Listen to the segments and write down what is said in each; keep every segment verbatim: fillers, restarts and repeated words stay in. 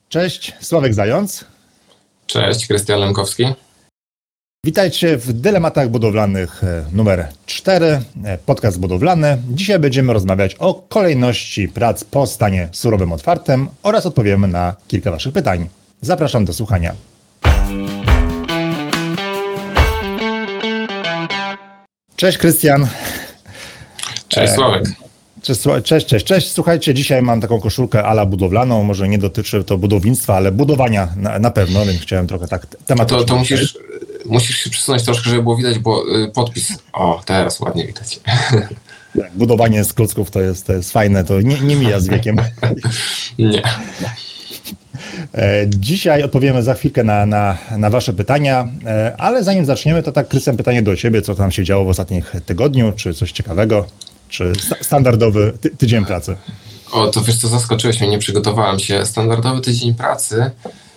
Cześć, Sławek Zając. Cześć, Krystian Lemkowski. Witajcie w Dylematach Budowlanych numer cztery, podcast budowlany. Dzisiaj będziemy rozmawiać o kolejności prac po stanie surowym otwartym oraz odpowiemy na kilka Waszych pytań. Zapraszam do słuchania. Cześć, Krystian. Cześć, Sławek. Cześć, cześć, cześć, cześć. Słuchajcie, dzisiaj mam taką koszulkę ala budowlaną. Może nie dotyczy to budownictwa, ale budowania na, na pewno, więc chciałem trochę tak tematycznie. To, to musisz, musisz się przesunąć troszkę, żeby było widać, bo podpis. O, teraz ładnie widać. Tak, budowanie z klocków to jest, to jest fajne, to nie, nie mija z wiekiem. Nie. Dzisiaj odpowiemy za chwilkę na, na, na Wasze pytania, ale zanim zaczniemy, to tak, Krystian, pytanie do Ciebie, co tam się działo w ostatnich tygodniu, czy coś ciekawego, czy standardowy ty, tydzień pracy? O, to wiesz co, zaskoczyłeś mnie, nie przygotowałem się. Standardowy tydzień pracy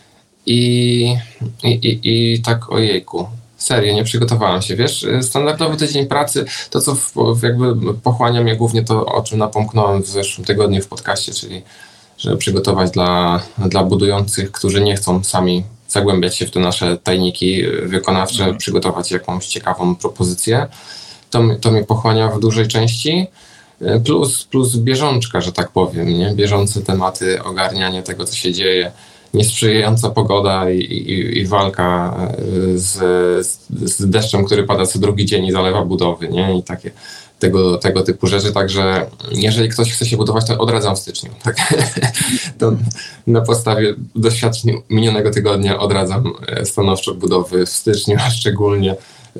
i, i, i, i tak ojejku, serio, nie przygotowałem się, wiesz, standardowy tydzień pracy, to co w, w jakby pochłania mnie głównie to, o czym napomknąłem w zeszłym tygodniu w podcaście, czyli żeby przygotować dla, dla budujących, którzy nie chcą sami zagłębiać się w te nasze tajniki wykonawcze, mhm. przygotować jakąś ciekawą propozycję. To, to mnie pochłania w dużej części, plus, plus bieżączka, że tak powiem, nie? Bieżące tematy, ogarnianie tego, co się dzieje, niesprzyjająca pogoda i, i, i walka z, z deszczem, który pada co drugi dzień i zalewa budowy, nie? I takie tego, tego typu rzeczy, także jeżeli ktoś chce się budować, to odradzam w styczniu, tak? To na podstawie doświadczeń minionego tygodnia odradzam stanowczo budowy w styczniu, a szczególnie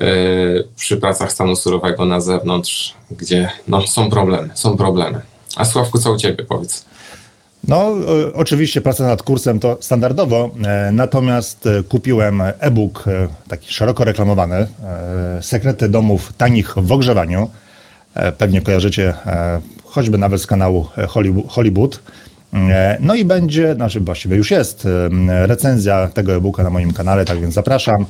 przy pracach stanu surowego na zewnątrz, gdzie no, są problemy, są problemy. A Sławku, co u Ciebie, powiedz? No, oczywiście praca nad kursem to standardowo, natomiast kupiłem e-book taki szeroko reklamowany, Sekrety domów tanich w ogrzewaniu. Pewnie kojarzycie choćby nawet z kanału Hollywood. No i będzie, znaczy właściwie już jest recenzja tego e-booka na moim kanale, tak więc zapraszam.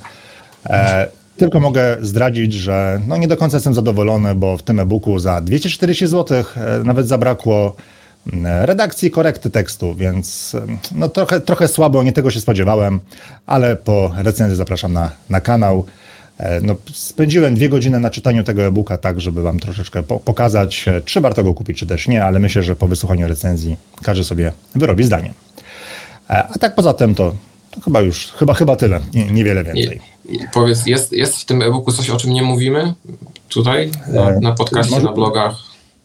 Tylko mogę zdradzić, że no nie do końca jestem zadowolony, bo w tym e-booku za dwieście czterdzieści złotych nawet zabrakło redakcji i korekty tekstu, więc no trochę, trochę słabo, nie tego się spodziewałem, ale po recenzji zapraszam na, na kanał. No, spędziłem dwie godziny na czytaniu tego e-booka tak, żeby wam troszeczkę po- pokazać, czy warto go kupić, czy też nie, ale myślę, że po wysłuchaniu recenzji każdy sobie wyrobi zdanie. A tak poza tym to, to chyba już, chyba, chyba tyle, nie, niewiele więcej. I, i powiedz, jest, jest w tym e-booku coś, o czym nie mówimy tutaj, na, na podcaście, Może... na blogach?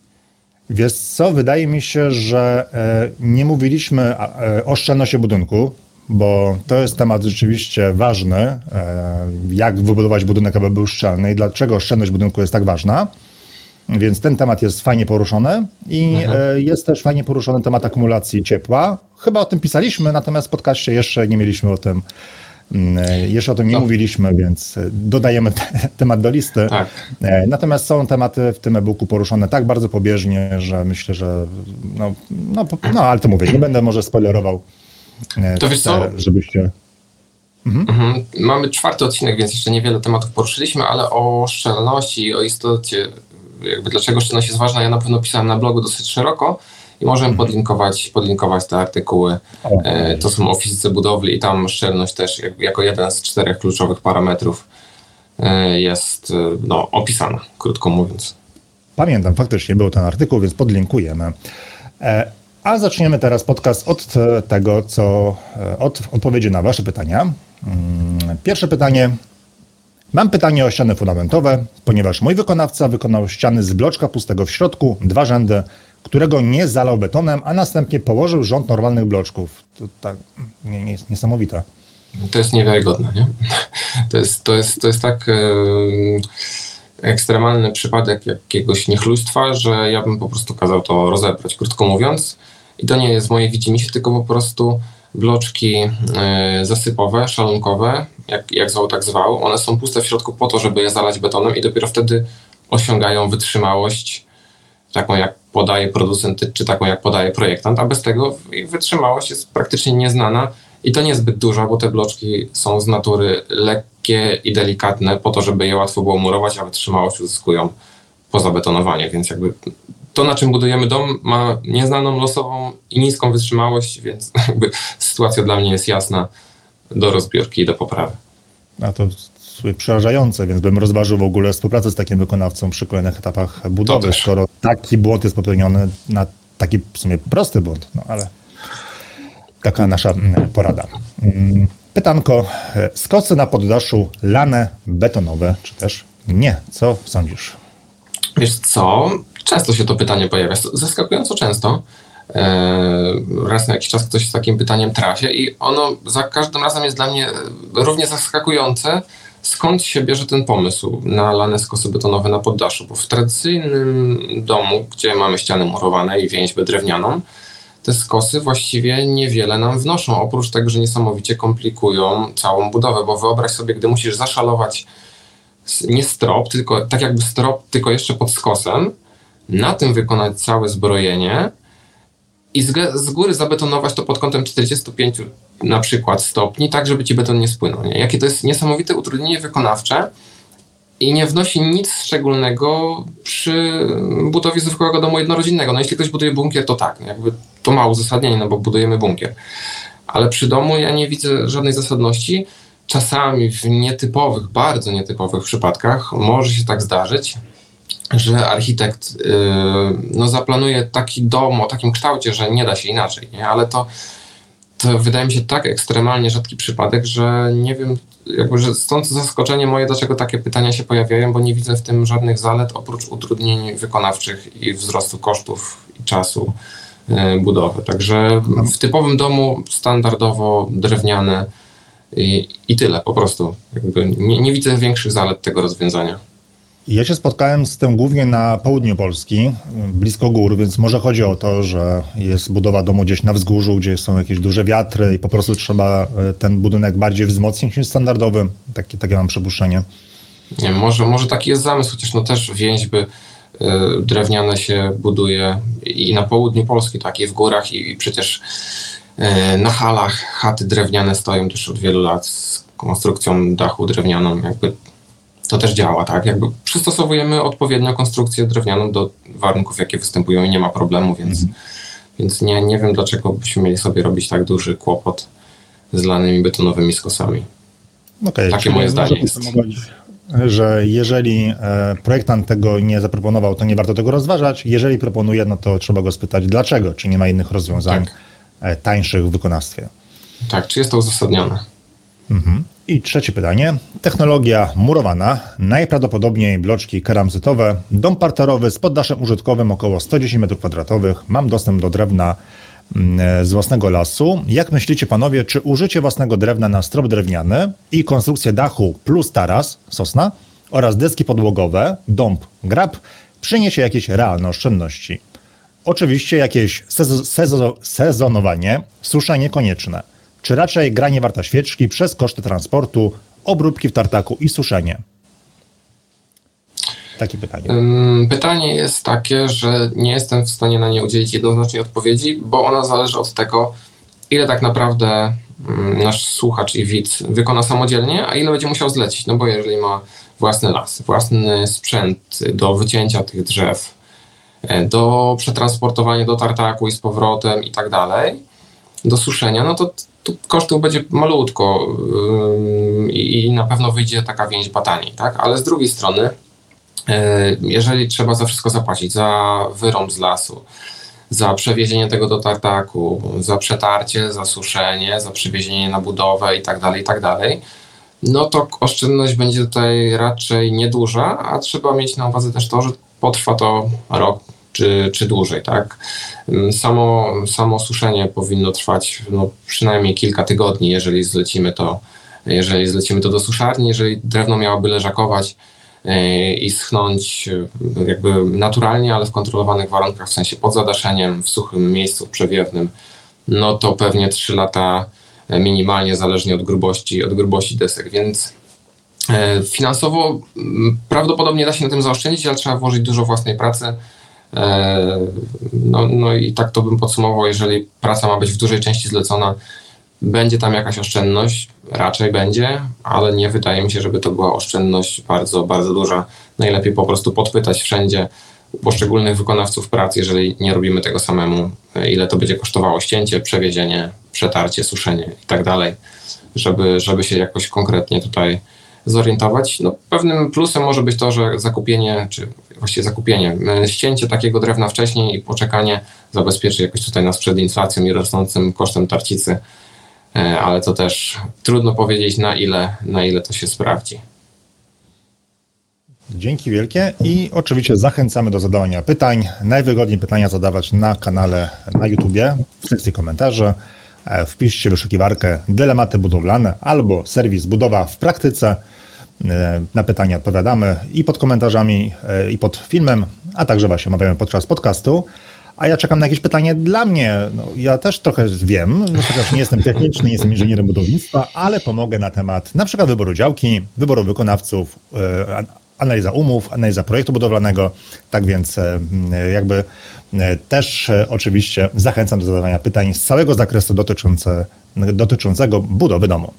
Wiesz co, wydaje mi się, że e, nie mówiliśmy e, o szczelności budynku, bo to jest temat rzeczywiście ważny, e, jak wybudować budynek, aby był szczelny i dlaczego szczelność budynku jest tak ważna. Więc ten temat jest fajnie poruszony i mhm. e, jest też fajnie poruszony temat akumulacji ciepła. Chyba o tym pisaliśmy, natomiast w podcaście jeszcze nie mieliśmy o tym, jeszcze o tym nie no. mówiliśmy, więc dodajemy te, temat do listy. Tak. Natomiast są tematy w tym e-booku poruszone tak bardzo pobieżnie, że myślę, że no, no, no ale to mówię, nie będę może spoilerował. To wiesz co? Żebyście... Mhm. Mhm. Mamy czwarty odcinek, więc jeszcze niewiele tematów poruszyliśmy, ale o szczelności i o istocie, jakby dlaczego szczelność jest ważna, ja na pewno pisałem na blogu dosyć szeroko. I możemy mhm. podlinkować, podlinkować te artykuły. E, to są o fizyce budowli i tam szczelność też jak, jako jeden z czterech kluczowych parametrów e, jest no, opisana, krótko mówiąc. Pamiętam, faktycznie był ten artykuł, więc podlinkujemy. E, a zaczniemy teraz podcast od tego, co od odpowiedzi na Wasze pytania. Pierwsze pytanie. Mam pytanie o ściany fundamentowe, ponieważ mój wykonawca wykonał ściany z bloczka pustego w środku, dwa rzędy, którego nie zalał betonem, a następnie położył rząd normalnych bloczków. To tak nie, nie, niesamowite. To jest niewiarygodne, nie? To jest, to jest, to jest tak e, ekstremalny przypadek jakiegoś niechlujstwa, że ja bym po prostu kazał to rozebrać, krótko mówiąc. I to nie jest moje widzimisię, tylko po prostu bloczki e, zasypowe, szalunkowe, jak, jak zwał, tak zwał. One są puste w środku po to, żeby je zalać betonem i dopiero wtedy osiągają wytrzymałość, taką jak podaje producent, czy taką jak podaje projektant, a bez tego ich wytrzymałość jest praktycznie nieznana i to niezbyt duża, bo te bloczki są z natury lekkie i delikatne po to, żeby je łatwo było murować, a wytrzymałość uzyskują po zabetonowaniu, więc jakby to to, na czym budujemy dom, ma nieznaną losową i niską wytrzymałość, więc jakby sytuacja dla mnie jest jasna do rozbiórki i do poprawy. A to sobie przerażające, więc bym rozważył w ogóle współpracę z takim wykonawcą przy kolejnych etapach budowy, skoro taki błąd jest popełniony na taki w sumie prosty błąd, no ale taka nasza porada. Pytanko, skosy na poddaszu lane betonowe, czy też nie? Co sądzisz? Wiesz co, często się to pytanie pojawia, zaskakująco często. Raz na jakiś czas ktoś z takim pytaniem trafia i ono za każdym razem jest dla mnie równie zaskakujące, skąd się bierze ten pomysł na lane skosy betonowe na poddaszu, bo w tradycyjnym domu, gdzie mamy ściany murowane i więźbę drewnianą, te skosy właściwie niewiele nam wnoszą, oprócz tego, że niesamowicie komplikują całą budowę, bo wyobraź sobie, gdy musisz zaszalować nie strop, tylko tak jakby strop, tylko jeszcze pod skosem, na tym wykonać całe zbrojenie i z, z góry zabetonować to pod kątem czterdzieści pięć na przykład stopni, tak żeby ci beton nie spłynął. Nie? Jakie to jest niesamowite utrudnienie wykonawcze i nie wnosi nic szczególnego przy budowie zwykłego domu jednorodzinnego. No jeśli ktoś buduje bunkier, to tak, jakby to ma uzasadnienie, no bo budujemy bunkier. Ale przy domu ja nie widzę żadnej zasadności. Czasami w nietypowych, bardzo nietypowych przypadkach może się tak zdarzyć, że architekt yy, no, zaplanuje taki dom o takim kształcie, że nie da się inaczej, nie? Ale to, to wydaje mi się tak ekstremalnie rzadki przypadek, że nie wiem, jakby, że stąd zaskoczenie moje, dlaczego takie pytania się pojawiają, bo nie widzę w tym żadnych zalet oprócz utrudnień wykonawczych i wzrostu kosztów i czasu yy, budowy. Także w typowym domu standardowo drewniane i, i tyle po prostu. Jakby nie, nie widzę większych zalet tego rozwiązania. Ja się spotkałem z tym głównie na południu Polski, blisko gór, więc może chodzi o to, że jest budowa domu gdzieś na wzgórzu, gdzie są jakieś duże wiatry i po prostu trzeba ten budynek bardziej wzmocnić niż standardowy. Takie, takie mam przypuszczenie. Nie, może, może taki jest zamysł, chociaż no też więźby y, drewniane się buduje i na południu Polski, tak, i w górach i, i przecież y, na halach chaty drewniane stoją też od wielu lat z konstrukcją dachu drewnianą, jakby to też działa, tak? Jakby przystosowujemy odpowiednio konstrukcję drewnianą do warunków, jakie występują i nie ma problemu, więc, mm. więc nie, nie wiem, dlaczego byśmy mieli sobie robić tak duży kłopot z lanymi betonowymi skosami. Okay, Takie moje zdanie jest. Że jeżeli e, projektant tego nie zaproponował, to nie warto tego rozważać. Jeżeli proponuje, no to trzeba go spytać dlaczego, czy nie ma innych rozwiązań tak. e, tańszych w wykonawstwie. Tak, czy jest to uzasadnione? Mhm. I trzecie pytanie. Technologia murowana, najprawdopodobniej bloczki keramzytowe, dom parterowy z poddaszem użytkowym około sto dziesięć metrów kwadratowych, mam dostęp do drewna z własnego lasu. Jak myślicie panowie, czy użycie własnego drewna na strop drewniany i konstrukcję dachu plus taras, sosna oraz deski podłogowe, dąb, grab przyniesie jakieś realne oszczędności? Oczywiście jakieś sezo- sezo- sezonowanie, suszenie konieczne. Czy raczej granie warta świeczki przez koszty transportu, obróbki w tartaku i suszenie? Takie pytanie. Pytanie jest takie, że nie jestem w stanie na nie udzielić jednoznacznej odpowiedzi, bo ona zależy od tego, ile tak naprawdę nasz słuchacz i widz wykona samodzielnie, a ile będzie musiał zlecić. No bo jeżeli ma własny las, własny sprzęt do wycięcia tych drzew, do przetransportowania do tartaku i z powrotem i tak dalej, do suszenia, no to tu kosztów będzie malutko yy, i na pewno wyjdzie taka więźba taniej, tak? Ale z drugiej strony, yy, jeżeli trzeba za wszystko zapłacić, za wyrąb z lasu, za przewiezienie tego do tartaku, za przetarcie, za suszenie, za przywiezienie na budowę i tak dalej, i tak dalej, no to oszczędność będzie tutaj raczej nieduża, a trzeba mieć na uwadze też to, że potrwa to rok, Czy, czy dłużej, tak? Samo, samo suszenie powinno trwać no, przynajmniej kilka tygodni, jeżeli zlecimy to, jeżeli zlecimy to do suszarni, jeżeli drewno miałoby leżakować yy, i schnąć yy, jakby naturalnie, ale w kontrolowanych warunkach, w sensie pod zadaszeniem, w suchym miejscu przewiewnym, no to pewnie trzy lata minimalnie, zależnie od grubości, od grubości desek, więc yy, finansowo yy, prawdopodobnie da się na tym zaoszczędzić, ale trzeba włożyć dużo własnej pracy. No, no i tak to bym podsumował, jeżeli praca ma być w dużej części zlecona, będzie tam jakaś oszczędność, raczej będzie, ale nie wydaje mi się, żeby to była oszczędność bardzo, bardzo duża. Najlepiej po prostu podpytać wszędzie u poszczególnych wykonawców prac, jeżeli nie robimy tego samemu, ile to będzie kosztowało ścięcie, przewiezienie, przetarcie, suszenie i tak dalej, żeby, żeby się jakoś konkretnie tutaj zorientować. No, pewnym plusem może być to, że zakupienie, czy właściwie zakupienie, ścięcie takiego drewna wcześniej i poczekanie zabezpieczy jakoś tutaj nas przed inflacją i rosnącym kosztem tarcicy, ale to też trudno powiedzieć, na ile, na ile to się sprawdzi. Dzięki wielkie i oczywiście zachęcamy do zadawania pytań. Najwygodniej pytania zadawać na kanale na YouTubie, w sekcji komentarzy. Wpiszcie wyszukiwarkę dylematy budowlane albo serwis budowa w praktyce. Na pytania odpowiadamy i pod komentarzami, i pod filmem, a także właśnie omawiamy podczas podcastu. A ja czekam na jakieś pytanie dla mnie. No, ja też trochę wiem, chociaż nie jestem techniczny, nie jestem inżynierem budownictwa, ale pomogę na temat na przykład wyboru działki, wyboru wykonawców, analiza umów, analiza projektu budowlanego. Tak więc jakby też oczywiście zachęcam do zadawania pytań z całego zakresu dotyczące, dotyczącego budowy domu.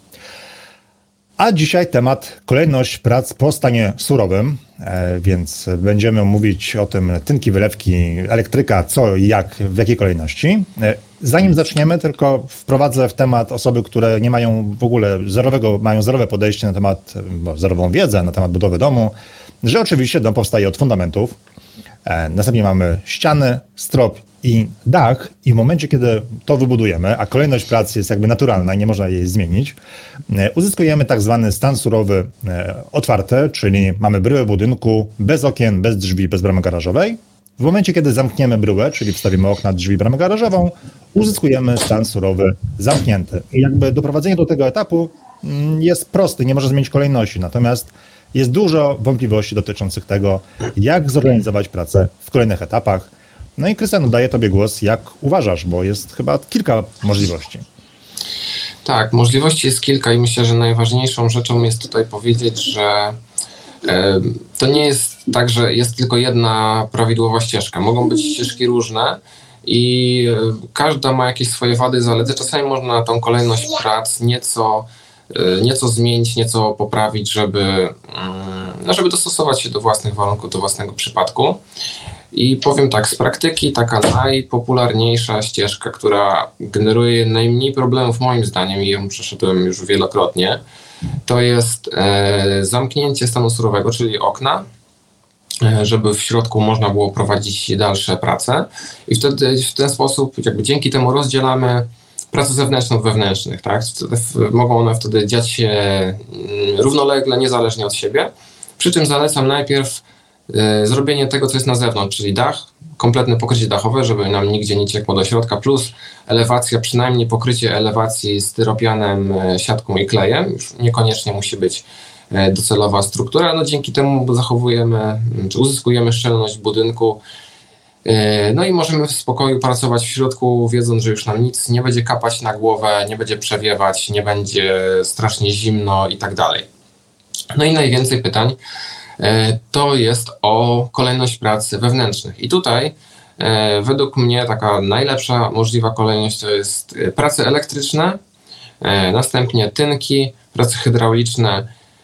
A dzisiaj temat kolejność prac po stanie surowym, więc będziemy mówić o tym tynki, wylewki, elektryka, co i jak, w jakiej kolejności. Zanim zaczniemy, tylko wprowadzę w temat osoby, które nie mają w ogóle zerowego, mają zerowe podejście na temat, bo zerową wiedzę na temat budowy domu, że oczywiście dom powstaje od fundamentów. Następnie mamy ściany, strop i dach i w momencie, kiedy to wybudujemy, a kolejność pracy jest jakby naturalna i nie można jej zmienić, uzyskujemy tak zwany stan surowy otwarty, czyli mamy bryłę budynku bez okien, bez drzwi, bez bramy garażowej. W momencie, kiedy zamkniemy bryłę, czyli wstawimy okna, drzwi, bramę garażową, uzyskujemy stan surowy zamknięty. I jakby doprowadzenie do tego etapu jest proste, nie może zmienić kolejności, natomiast jest dużo wątpliwości dotyczących tego, jak zorganizować pracę w kolejnych etapach. No i Krystian, daję Tobie głos, jak uważasz, bo jest chyba kilka możliwości. Tak, możliwości jest kilka i myślę, że najważniejszą rzeczą jest tutaj powiedzieć, że e, to nie jest tak, że jest tylko jedna prawidłowa ścieżka. Mogą być ścieżki różne i e, każda ma jakieś swoje wady i zalety. Czasami można tą kolejność prac nieco, e, nieco zmienić, nieco poprawić, żeby, mm, żeby dostosować się do własnych warunków, do własnego przypadku. I powiem tak, z praktyki taka najpopularniejsza ścieżka, która generuje najmniej problemów moim zdaniem i ją przeszedłem już wielokrotnie, to jest e, zamknięcie stanu surowego, czyli okna, e, żeby w środku można było prowadzić dalsze prace i wtedy w ten sposób jakby dzięki temu rozdzielamy pracę zewnętrzną od wewnętrznych, tak? Wtedy, w, mogą one wtedy dziać się mm, równolegle, niezależnie od siebie, przy czym zalecam najpierw zrobienie tego, co jest na zewnątrz, czyli dach, kompletne pokrycie dachowe, żeby nam nigdzie nie ciekło do środka, plus elewacja, przynajmniej pokrycie elewacji styropianem, siatką i klejem. Już niekoniecznie musi być docelowa struktura, no dzięki temu zachowujemy, czy uzyskujemy szczelność budynku, no i możemy w spokoju pracować w środku, wiedząc, że już nam nic nie będzie kapać na głowę, nie będzie przewiewać, nie będzie strasznie zimno i tak dalej. No i najwięcej pytań to jest o kolejność prac wewnętrznych. I tutaj e, według mnie taka najlepsza możliwa kolejność to jest prace elektryczne, e, następnie tynki, prace hydrauliczne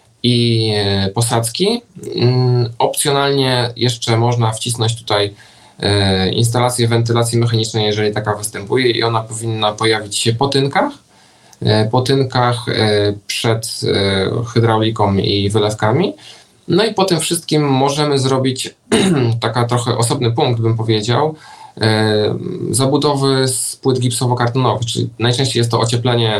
i e, posadzki. Mm, opcjonalnie jeszcze można wcisnąć tutaj e, instalację wentylacji mechanicznej, jeżeli taka występuje i ona powinna pojawić się po tynkach. E, po tynkach e, przed e, hydrauliką i wylewkami. No i po tym wszystkim możemy zrobić taka trochę osobny punkt, bym powiedział, e, zabudowy z płyt gipsowo-kartonowych, czyli najczęściej jest to ocieplenie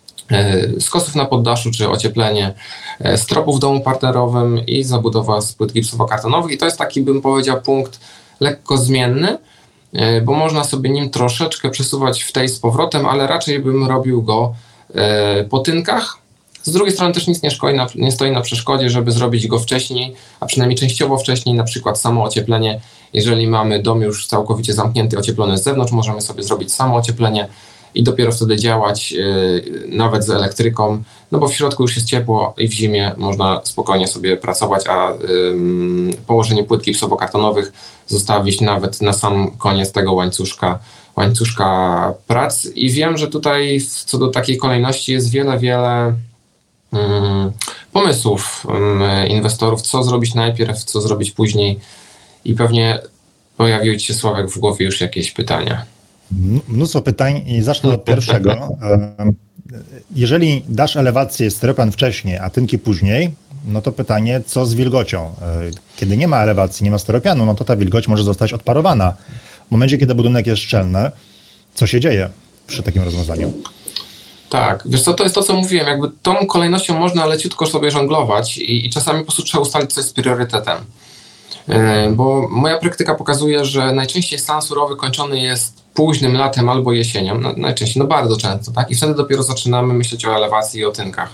e, skosów na poddaszu, czy ocieplenie e, stropów w domu parterowym i zabudowa z płyt gipsowo-kartonowych. I to jest taki, bym powiedział, punkt lekko zmienny, e, bo można sobie nim troszeczkę przesuwać w tej z powrotem, ale raczej bym robił go e, po tynkach. Z drugiej strony też nic nie, szkoi na, nie stoi na przeszkodzie, żeby zrobić go wcześniej, a przynajmniej częściowo wcześniej, na przykład samo ocieplenie. Jeżeli mamy dom już całkowicie zamknięty, ocieplony z zewnątrz, możemy sobie zrobić samo ocieplenie i dopiero wtedy działać yy, nawet z elektryką, no bo w środku już jest ciepło i w zimie można spokojnie sobie pracować, a yy, położenie płyt gipsowo-kartonowych zostawić nawet na sam koniec tego łańcuszka, łańcuszka prac. I wiem, że tutaj co do takiej kolejności jest wiele, wiele pomysłów inwestorów, co zrobić najpierw, co zrobić później i pewnie pojawiły ci się, Sławek, w głowie już jakieś pytania. Mnóstwo pytań i zacznę od pierwszego. Jeżeli dasz elewację styropian wcześniej, a tynki później, no to pytanie, co z wilgocią? Kiedy nie ma elewacji, nie ma styropianu, no to ta wilgoć może zostać odparowana. W momencie, kiedy budynek jest szczelny, co się dzieje przy takim rozwiązaniu? Tak, wiesz co, to jest to, co mówiłem, jakby tą kolejnością można leciutko sobie żonglować i, i czasami po prostu trzeba ustalić, co jest priorytetem. Yy, bo moja praktyka pokazuje, że najczęściej stan surowy kończony jest późnym latem albo jesienią, no, najczęściej, no bardzo często, tak? I wtedy dopiero zaczynamy myśleć o elewacji i o tynkach.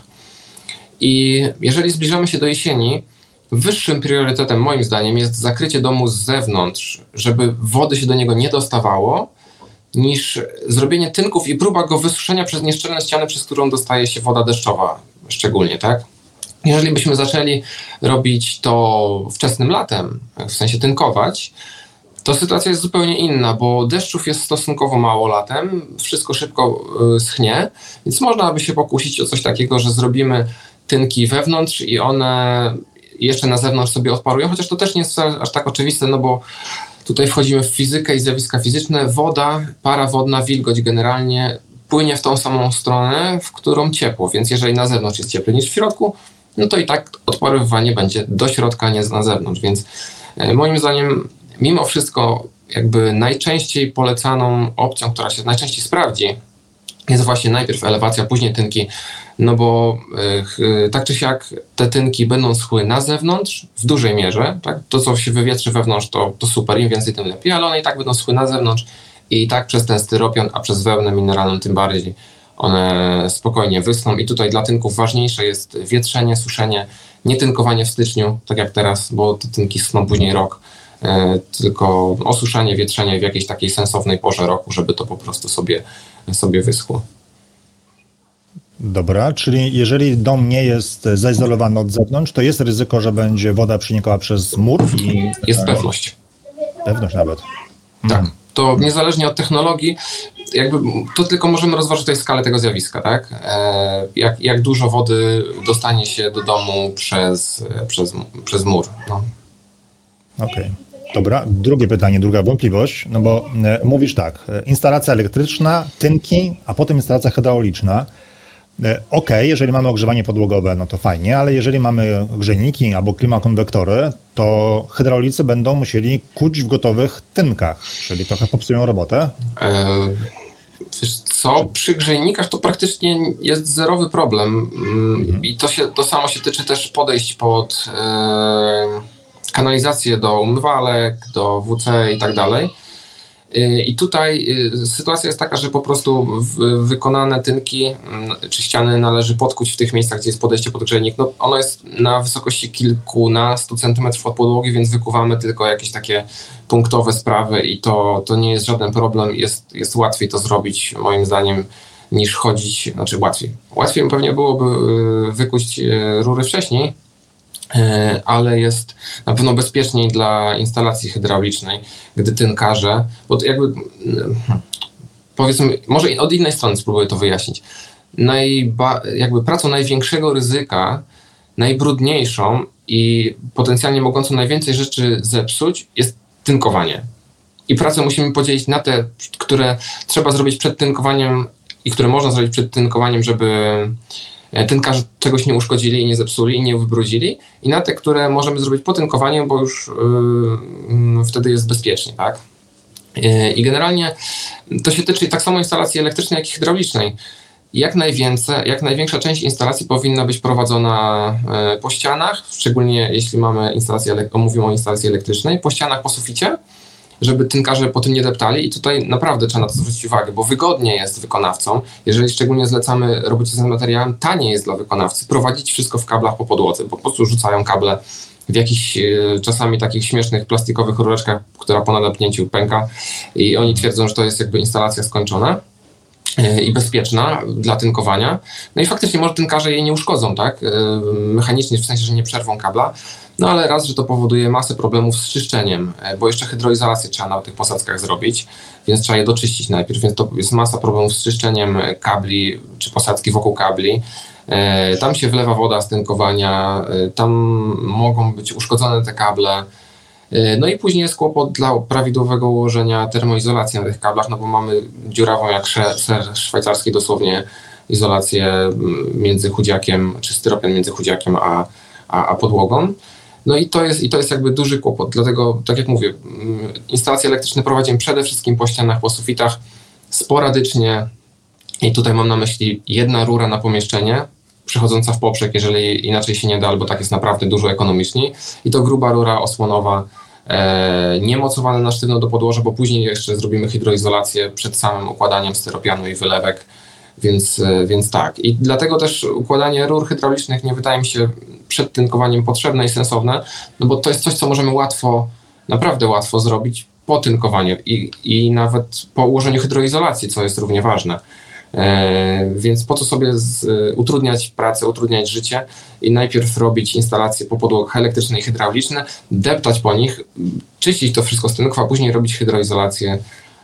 I jeżeli zbliżamy się do jesieni, wyższym priorytetem moim zdaniem jest zakrycie domu z zewnątrz, żeby wody się do niego nie dostawało, niż zrobienie tynków i próba go wysuszenia przez nieszczelne ściany, przez którą dostaje się woda deszczowa szczególnie, tak? Jeżeli byśmy zaczęli robić to wczesnym latem, w sensie tynkować, to sytuacja jest zupełnie inna, bo deszczów jest stosunkowo mało latem, wszystko szybko y, schnie, więc można by się pokusić o coś takiego, że zrobimy tynki wewnątrz i one jeszcze na zewnątrz sobie odparują, chociaż to też nie jest aż tak oczywiste, no bo tutaj wchodzimy w fizykę i zjawiska fizyczne. Woda, para wodna, wilgoć generalnie płynie w tą samą stronę, w którą ciepło, więc jeżeli na zewnątrz jest cieplej niż w środku, no to i tak odparowywanie będzie do środka, nie na zewnątrz, więc y, moim zdaniem mimo wszystko jakby najczęściej polecaną opcją, która się najczęściej sprawdzi, jest właśnie najpierw elewacja, później tynki, no bo yy, tak czy siak te tynki będą schły na zewnątrz w dużej mierze, tak? To co się wywietrzy wewnątrz to, to super, im więcej tym lepiej, ale one i tak będą schły na zewnątrz i tak przez ten styropian, a przez wełnę mineralną tym bardziej one spokojnie wyschną i tutaj dla tynków ważniejsze jest wietrzenie, suszenie, nie tynkowanie w styczniu, tak jak teraz, bo te tynki schną później rok, tylko osuszanie, wietrzenie w jakiejś takiej sensownej porze roku, żeby to po prostu sobie, sobie wyschło. Dobra, czyli jeżeli dom nie jest zaizolowany od zewnątrz, to jest ryzyko, że będzie woda przenikała przez mur? I... Jest pewność. Pewność nawet. Tak. To niezależnie od technologii, jakby to tylko możemy rozważyć tutaj skalę tego zjawiska, tak? E, jak, jak dużo wody dostanie się do domu przez, przez, przez mur. No. Okej. Okay. Dobra, drugie pytanie, druga wątpliwość, no bo e, mówisz tak, e, instalacja elektryczna, tynki, a potem instalacja hydrauliczna. E, Okej, okay, jeżeli mamy ogrzewanie podłogowe, no to fajnie, ale jeżeli mamy grzejniki albo klimakonwektory, to hydraulicy będą musieli kuć w gotowych tynkach, czyli trochę popsują robotę. E, wiesz co, przy grzejnikach to praktycznie jest zerowy problem mhm. i to, się, to samo się tyczy też podejść pod... E, kanalizację do umywalek, do W C i tak dalej. I tutaj sytuacja jest taka, że po prostu wykonane tynki czy ściany należy podkuć w tych miejscach, gdzie jest podejście pod grzejnik. No, ono jest na wysokości kilkunastu centymetrów od podłogi, więc wykuwamy tylko jakieś takie punktowe sprawy i to, to nie jest żaden problem. Jest, jest łatwiej to zrobić, moim zdaniem, niż chodzić, znaczy łatwiej. Łatwiej pewnie byłoby wykuć rury wcześniej, ale jest na pewno bezpieczniej dla instalacji hydraulicznej, gdy tynkarze, bo to jakby powiedzmy, może od innej strony spróbuję to wyjaśnić. Najba, jakby pracą największego ryzyka, najbrudniejszą i potencjalnie mogącą najwięcej rzeczy zepsuć jest tynkowanie. I pracę musimy podzielić na te, które trzeba zrobić przed tynkowaniem i które można zrobić przed tynkowaniem, żeby tynkarze czegoś nie uszkodzili i nie zepsuli i nie wybrudzili, i na te, które możemy zrobić po tynkowaniu, bo już yy, wtedy jest bezpiecznie, tak? Yy, I generalnie to się tyczy tak samo instalacji elektrycznej, jak i hydraulicznej. Jak najwięcej, jak największa część instalacji powinna być prowadzona yy, po ścianach, szczególnie jeśli mamy instalację, mówimy o instalacji elektrycznej, po ścianach, po suficie, żeby tynkarze po tym nie deptali i tutaj naprawdę trzeba na to zwrócić uwagę, bo wygodnie jest wykonawcom, jeżeli szczególnie zlecamy robocie z materiałem, taniej jest dla wykonawcy prowadzić wszystko w kablach po podłodze, bo po prostu rzucają kable w jakichś y, czasami takich śmiesznych plastikowych rureczkach, która po nadepnięciu pęka i oni twierdzą, że to jest jakby instalacja skończona y, i bezpieczna dla tynkowania. No i faktycznie może tynkarze jej nie uszkodzą, tak? Y, mechanicznie, w sensie, że nie przerwą kabla. No ale raz, że to powoduje masę problemów z czyszczeniem, bo jeszcze hydroizolację trzeba na tych posadzkach zrobić, więc trzeba je doczyścić najpierw, więc to jest masa problemów z czyszczeniem kabli czy posadzki wokół kabli. Tam się wlewa woda z tynkowania, tam mogą być uszkodzone te kable, No i później jest kłopot dla prawidłowego ułożenia termoizolacji na tych kablach, no bo mamy dziurawą jak ser szwajcarski dosłownie izolację między chudziakiem, czy styropian między chudziakiem a, a, a podłogą. No i to jest, i to jest jakby duży kłopot, dlatego tak jak mówię, instalacje elektryczne prowadzimy przede wszystkim po ścianach, po sufitach, sporadycznie i tutaj mam na myśli jedna rura na pomieszczenie, przechodząca w poprzek, jeżeli inaczej się nie da, albo tak jest naprawdę dużo ekonomiczniej i to gruba rura osłonowa, e, niemocowana na sztywno do podłoża, bo później jeszcze zrobimy hydroizolację przed samym układaniem styropianu i wylewek, więc, e, więc tak. I dlatego też układanie rur hydraulicznych nie wydaje mi się przed tynkowaniem potrzebne i sensowne, no bo to jest coś, co możemy łatwo, naprawdę łatwo zrobić po tynkowaniu i, i nawet po ułożeniu hydroizolacji, co jest równie ważne. E, więc po co sobie z, utrudniać pracę, utrudniać życie i najpierw robić instalacje po podłogach elektryczne i hydrauliczne, deptać po nich, czyścić to wszystko z tynków, a później robić hydroizolację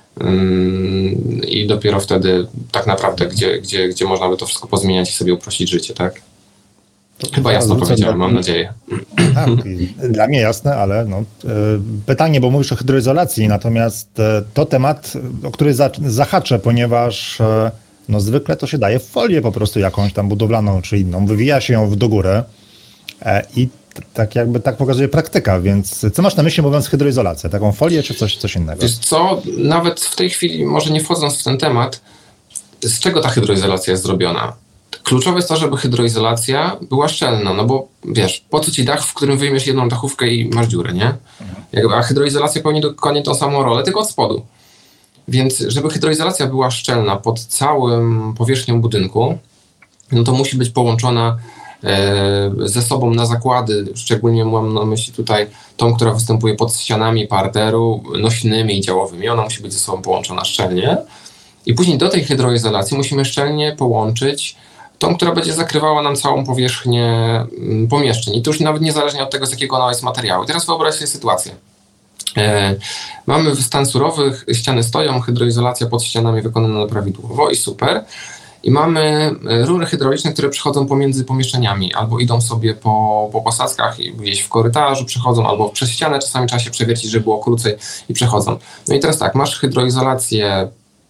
ym, i dopiero wtedy tak naprawdę, gdzie, gdzie, gdzie można by to wszystko pozmieniać i sobie uprościć życie, tak? Chyba jasno powiedziałem, mam nadzieję. Tak, dla mnie jasne, ale no, pytanie, bo mówisz o hydroizolacji, natomiast to temat, o który zahaczę, ponieważ no, zwykle to się daje w folię po prostu jakąś tam budowlaną czy inną, wywija się ją w do góry i tak jakby tak pokazuje praktyka, więc co masz na myśli mówiąc hydroizolację? Taką folię czy coś, coś innego? Wiesz co, nawet w tej chwili, może nie wchodząc w ten temat, z czego ta hydroizolacja jest zrobiona? Kluczowe jest to, żeby hydroizolacja była szczelna, no bo wiesz, po co ci dach, w którym wyjmiesz jedną dachówkę i masz dziurę, nie? Jakby, a hydroizolacja pełni dokładnie tą samą rolę, tylko od spodu. Więc żeby hydroizolacja była szczelna pod całym powierzchnią budynku, no to musi być połączona e, ze sobą na zakłady, szczególnie mam na myśli tutaj tą, która występuje pod ścianami parteru, nośnymi i działowymi, ona musi być ze sobą połączona szczelnie. I później do tej hydroizolacji musimy szczelnie połączyć tą, która będzie zakrywała nam całą powierzchnię pomieszczeń. I to już nawet niezależnie od tego, z jakiego ona jest materiału. I teraz wyobraź sobie sytuację. E, mamy stan surowy, ściany stoją, hydroizolacja pod ścianami wykonana prawidłowo i super. I mamy rury hydrauliczne, które przechodzą pomiędzy pomieszczeniami, albo idą sobie po, po posadzkach i gdzieś w korytarzu przechodzą, albo przez ścianę, czasami trzeba się przewiercić, żeby było krócej i przechodzą. No i teraz tak, masz hydroizolację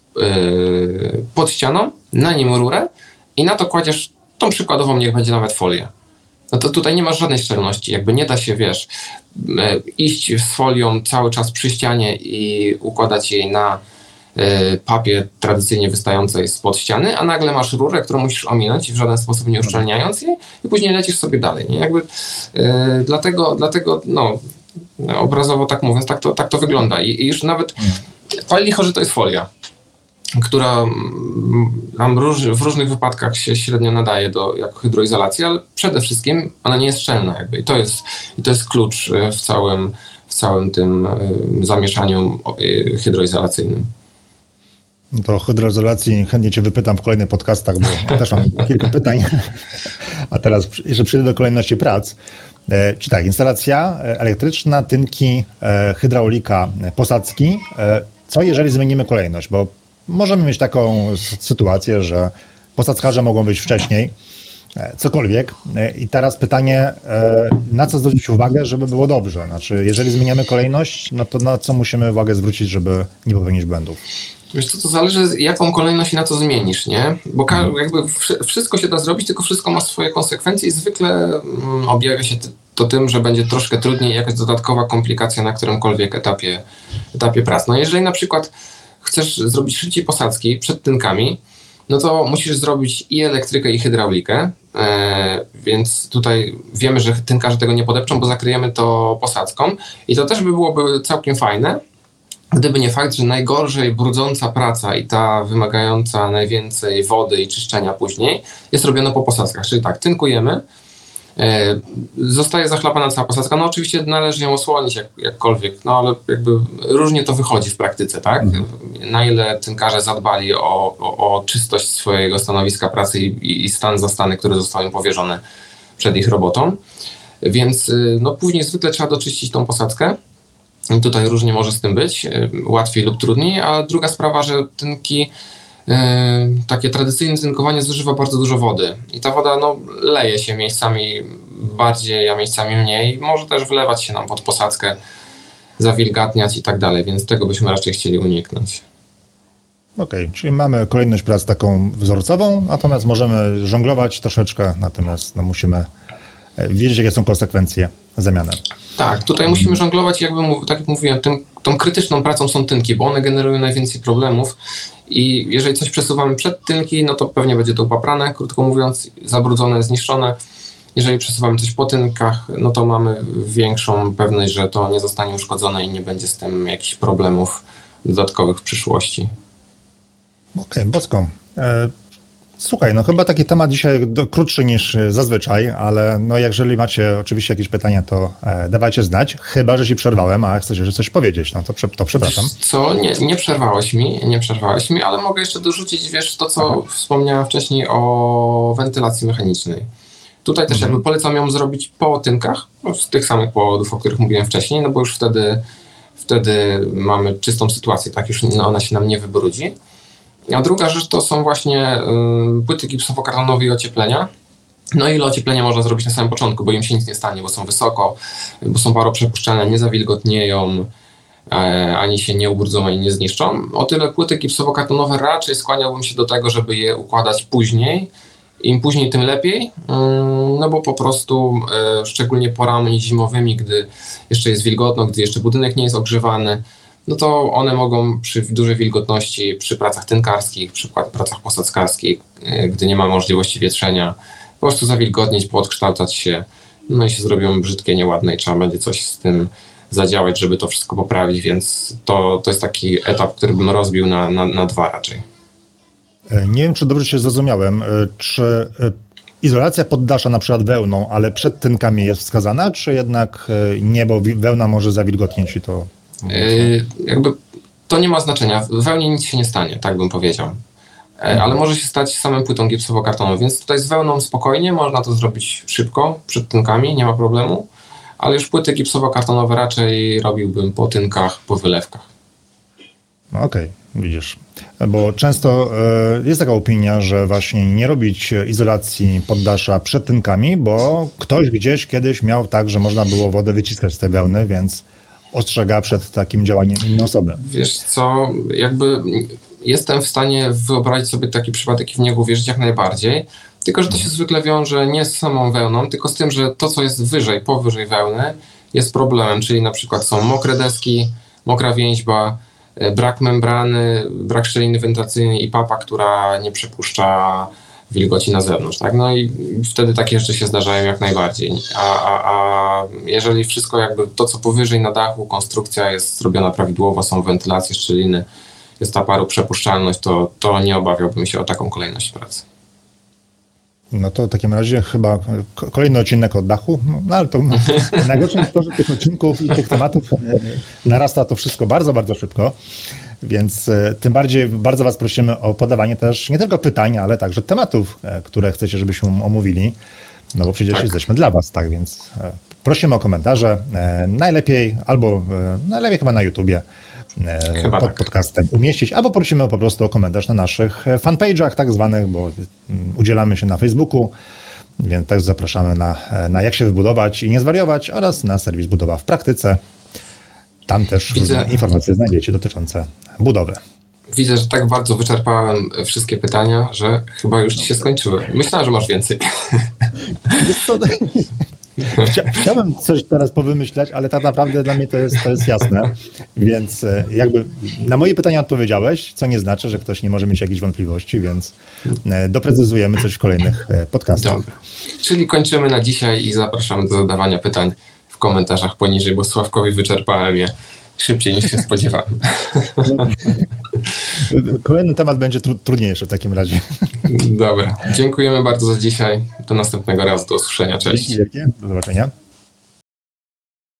yy, pod ścianą, na nim rurę i na to kładziesz tą przykładową, niech będzie nawet folię. No to tutaj nie masz żadnej szczelności, jakby nie da się, wiesz, iść z folią cały czas przy ścianie i układać jej na y, papier tradycyjnie wystającej spod ściany, a nagle masz rurę, którą musisz ominąć w żaden sposób nie uszczelniając jej i później lecisz sobie dalej, nie? Jakby, y, dlatego, dlatego, no, obrazowo tak mówiąc, tak to, tak to wygląda i, i już nawet pali licho, że to jest folia, która nam róż, w różnych wypadkach się średnio nadaje do jako hydroizolacji, ale przede wszystkim ona nie jest szczelna jakby i to jest, i to jest klucz w całym, w całym tym zamieszaniu hydroizolacyjnym. No to o hydroizolacji chętnie cię wypytam w kolejnych podcastach, bo też mam kilka pytań. A teraz jeszcze przejdę do kolejności prac. Czy tak, instalacja elektryczna, tynki, hydraulika, posadzki. Co jeżeli zmienimy kolejność? Bo możemy mieć taką sytuację, że posadzkarze mogą być wcześniej, cokolwiek. I teraz pytanie, na co zwrócić uwagę, żeby było dobrze? Znaczy, jeżeli zmieniamy kolejność, no to na co musimy uwagę zwrócić, żeby nie popełnić błędów? Wiesz co, to zależy jaką kolejność i na co zmienisz, nie? Bo ka- jakby wszystko się da zrobić, tylko wszystko ma swoje konsekwencje i zwykle mm, objawia się to tym, że będzie troszkę trudniej, jakaś dodatkowa komplikacja na którymkolwiek etapie, etapie prac. No jeżeli na przykład chcesz zrobić szybciej posadzki przed tynkami, no to musisz zrobić i elektrykę, i hydraulikę, e, więc tutaj wiemy, że tynkarze tego nie podepczą, bo zakryjemy to posadzką i to też by byłoby całkiem fajne, gdyby nie fakt, że najgorzej brudząca praca i ta wymagająca najwięcej wody i czyszczenia później jest robiona po posadzkach, czyli tak, tynkujemy, e, zostaje zachlapana cała posadzka, no oczywiście należy ją osłonić jak, jakkolwiek, no ale jakby różnie to wychodzi w praktyce, tak? Mhm. Na ile tynkarze zadbali o, o, o czystość swojego stanowiska pracy i, i stan zastany, który został im powierzony przed ich robotą, więc no później zwykle trzeba doczyścić tą posadzkę. I tutaj różnie może z tym być, łatwiej lub trudniej, a druga sprawa, że tynki, yy, takie tradycyjne tynkowanie zużywa bardzo dużo wody i ta woda no, leje się miejscami bardziej, a miejscami mniej, może też wlewać się nam pod posadzkę zawilgatniać i tak dalej, więc tego byśmy raczej chcieli uniknąć. Okej, okay, czyli mamy kolejność prac taką wzorcową, natomiast możemy żonglować troszeczkę, natomiast no, musimy wiedzieć, jakie są konsekwencje zamiany. Tak, tutaj musimy żonglować, jakby, tak jak mówiłem, tym, tą krytyczną pracą są tynki, bo one generują najwięcej problemów i jeżeli coś przesuwamy przed tynki, no to pewnie będzie to upaprane, krótko mówiąc, zabrudzone, zniszczone. Jeżeli przesuwamy coś po tynkach, no to mamy większą pewność, że to nie zostanie uszkodzone i nie będzie z tym jakichś problemów dodatkowych w przyszłości. Okej, okay, Bosko. E, słuchaj, no chyba taki temat dzisiaj do, krótszy niż zazwyczaj, ale no jeżeli macie oczywiście jakieś pytania, to e, dawajcie znać, chyba że ci przerwałem, a chcecie że coś powiedzieć, no to, prze, to przepraszam. Wiesz co, nie, nie przerwałeś mi, nie przerwałeś mi, ale mogę jeszcze dorzucić, wiesz, to co Aha. wspomniałem wcześniej o wentylacji mechanicznej. Tutaj też mhm. jakby polecam ją zrobić po tynkach, no, z tych samych powodów, o których mówiłem wcześniej, no bo już wtedy, wtedy mamy czystą sytuację, tak, już ona się nam nie wybrudzi. A druga rzecz to są właśnie y, płyty gipsowo-kartonowe i ocieplenia. No i ile ocieplenia można zrobić na samym początku, bo im się nic nie stanie, bo są wysoko, bo są paroprzepuszczalne, nie zawilgotnieją, e, ani się nie ubrudzą, ani nie zniszczą. O tyle płyty gipsowo-kartonowe raczej skłaniałbym się do tego, żeby je układać później. Im później, tym lepiej, no bo po prostu e, szczególnie porami zimowymi, gdy jeszcze jest wilgotno, gdy jeszcze budynek nie jest ogrzewany, no to one mogą przy dużej wilgotności, przy pracach tynkarskich, przy pracach posadzkarskich, e, gdy nie ma możliwości wietrzenia, po prostu zawilgotnieć, podkształcać się, no i się zrobią brzydkie, nieładne i trzeba będzie coś z tym zadziałać, żeby to wszystko poprawić, więc to, to jest taki etap, który bym rozbił na, na, na dwa raczej. Nie wiem, czy dobrze się zrozumiałem. Czy izolacja poddasza na przykład wełną, ale przed tynkami jest wskazana, czy jednak nie, bo wełna może zawilgotnieć i to... Yy, jakby to nie ma znaczenia. W wełnie nic się nie stanie, tak bym powiedział. Yy, ale może się stać samą płytą gipsowo-kartonową, więc tutaj z wełną spokojnie, można to zrobić szybko, przed tynkami, nie ma problemu, ale już płyty gipsowo-kartonowe raczej robiłbym po tynkach, po wylewkach. Okej, okay, widzisz. Bo często y, jest taka opinia, że właśnie nie robić izolacji poddasza przed tynkami, bo ktoś gdzieś kiedyś miał tak, że można było wodę wyciskać z tej wełny, więc ostrzega przed takim działaniem innej osoby. Wiesz co, jakby jestem w stanie wyobrazić sobie taki przypadek i w niego wierzyć jak najbardziej, tylko że to się zwykle wiąże nie z samą wełną, tylko z tym, że to, co jest wyżej, powyżej wełny, jest problemem, czyli na przykład są mokre deski, mokra więźba, brak membrany, brak szczeliny wentylacyjnej i papa, która nie przepuszcza wilgoci na zewnątrz, tak? No i wtedy takie rzeczy się zdarzają jak najbardziej. A, a, a jeżeli wszystko jakby to, co powyżej na dachu, konstrukcja jest zrobiona prawidłowo, są wentylacje, szczeliny, jest ta paroprzepuszczalność, to, to nie obawiałbym się o taką kolejność pracy. No to w takim razie chyba kolejny odcinek od dachu, no ale to najgorsze jest to, że tych odcinków i tych tematów narasta to wszystko bardzo, bardzo szybko, więc tym bardziej bardzo was prosimy o podawanie też nie tylko pytań, ale także tematów, które chcecie, żebyśmy omówili, no bo przecież tak. jesteśmy dla was, tak, więc prosimy o komentarze, najlepiej albo najlepiej chyba na YouTubie, Chyba pod tak. podcastem umieścić, albo prosimy po prostu o komentarz na naszych fanpage'ach tak zwanych, bo udzielamy się na Facebooku, więc też zapraszamy na, na Jak się wybudować i nie zwariować oraz na serwis Budowa w praktyce. Tam też Widzę. informacje znajdziecie dotyczące budowy. Widzę, że tak bardzo wyczerpałem wszystkie pytania, że chyba już ci się skończyły. Myślałem, że masz więcej. Chcia, chciałbym coś teraz powymyślać, ale tak naprawdę dla mnie to jest, to jest jasne, więc jakby na moje pytania odpowiedziałeś, co nie znaczy, że ktoś nie może mieć jakichś wątpliwości, więc doprecyzujemy coś w kolejnych podcastach. Dobra. Czyli kończymy na dzisiaj i zapraszamy do zadawania pytań w komentarzach poniżej, bo Sławkowi wyczerpałem je szybciej niż się spodziewałem. Kolejny temat będzie tru- trudniejszy w takim razie. Dobra, dziękujemy bardzo za dzisiaj. Do następnego razu, do usłyszenia, cześć. Dzięki wielkie, do zobaczenia.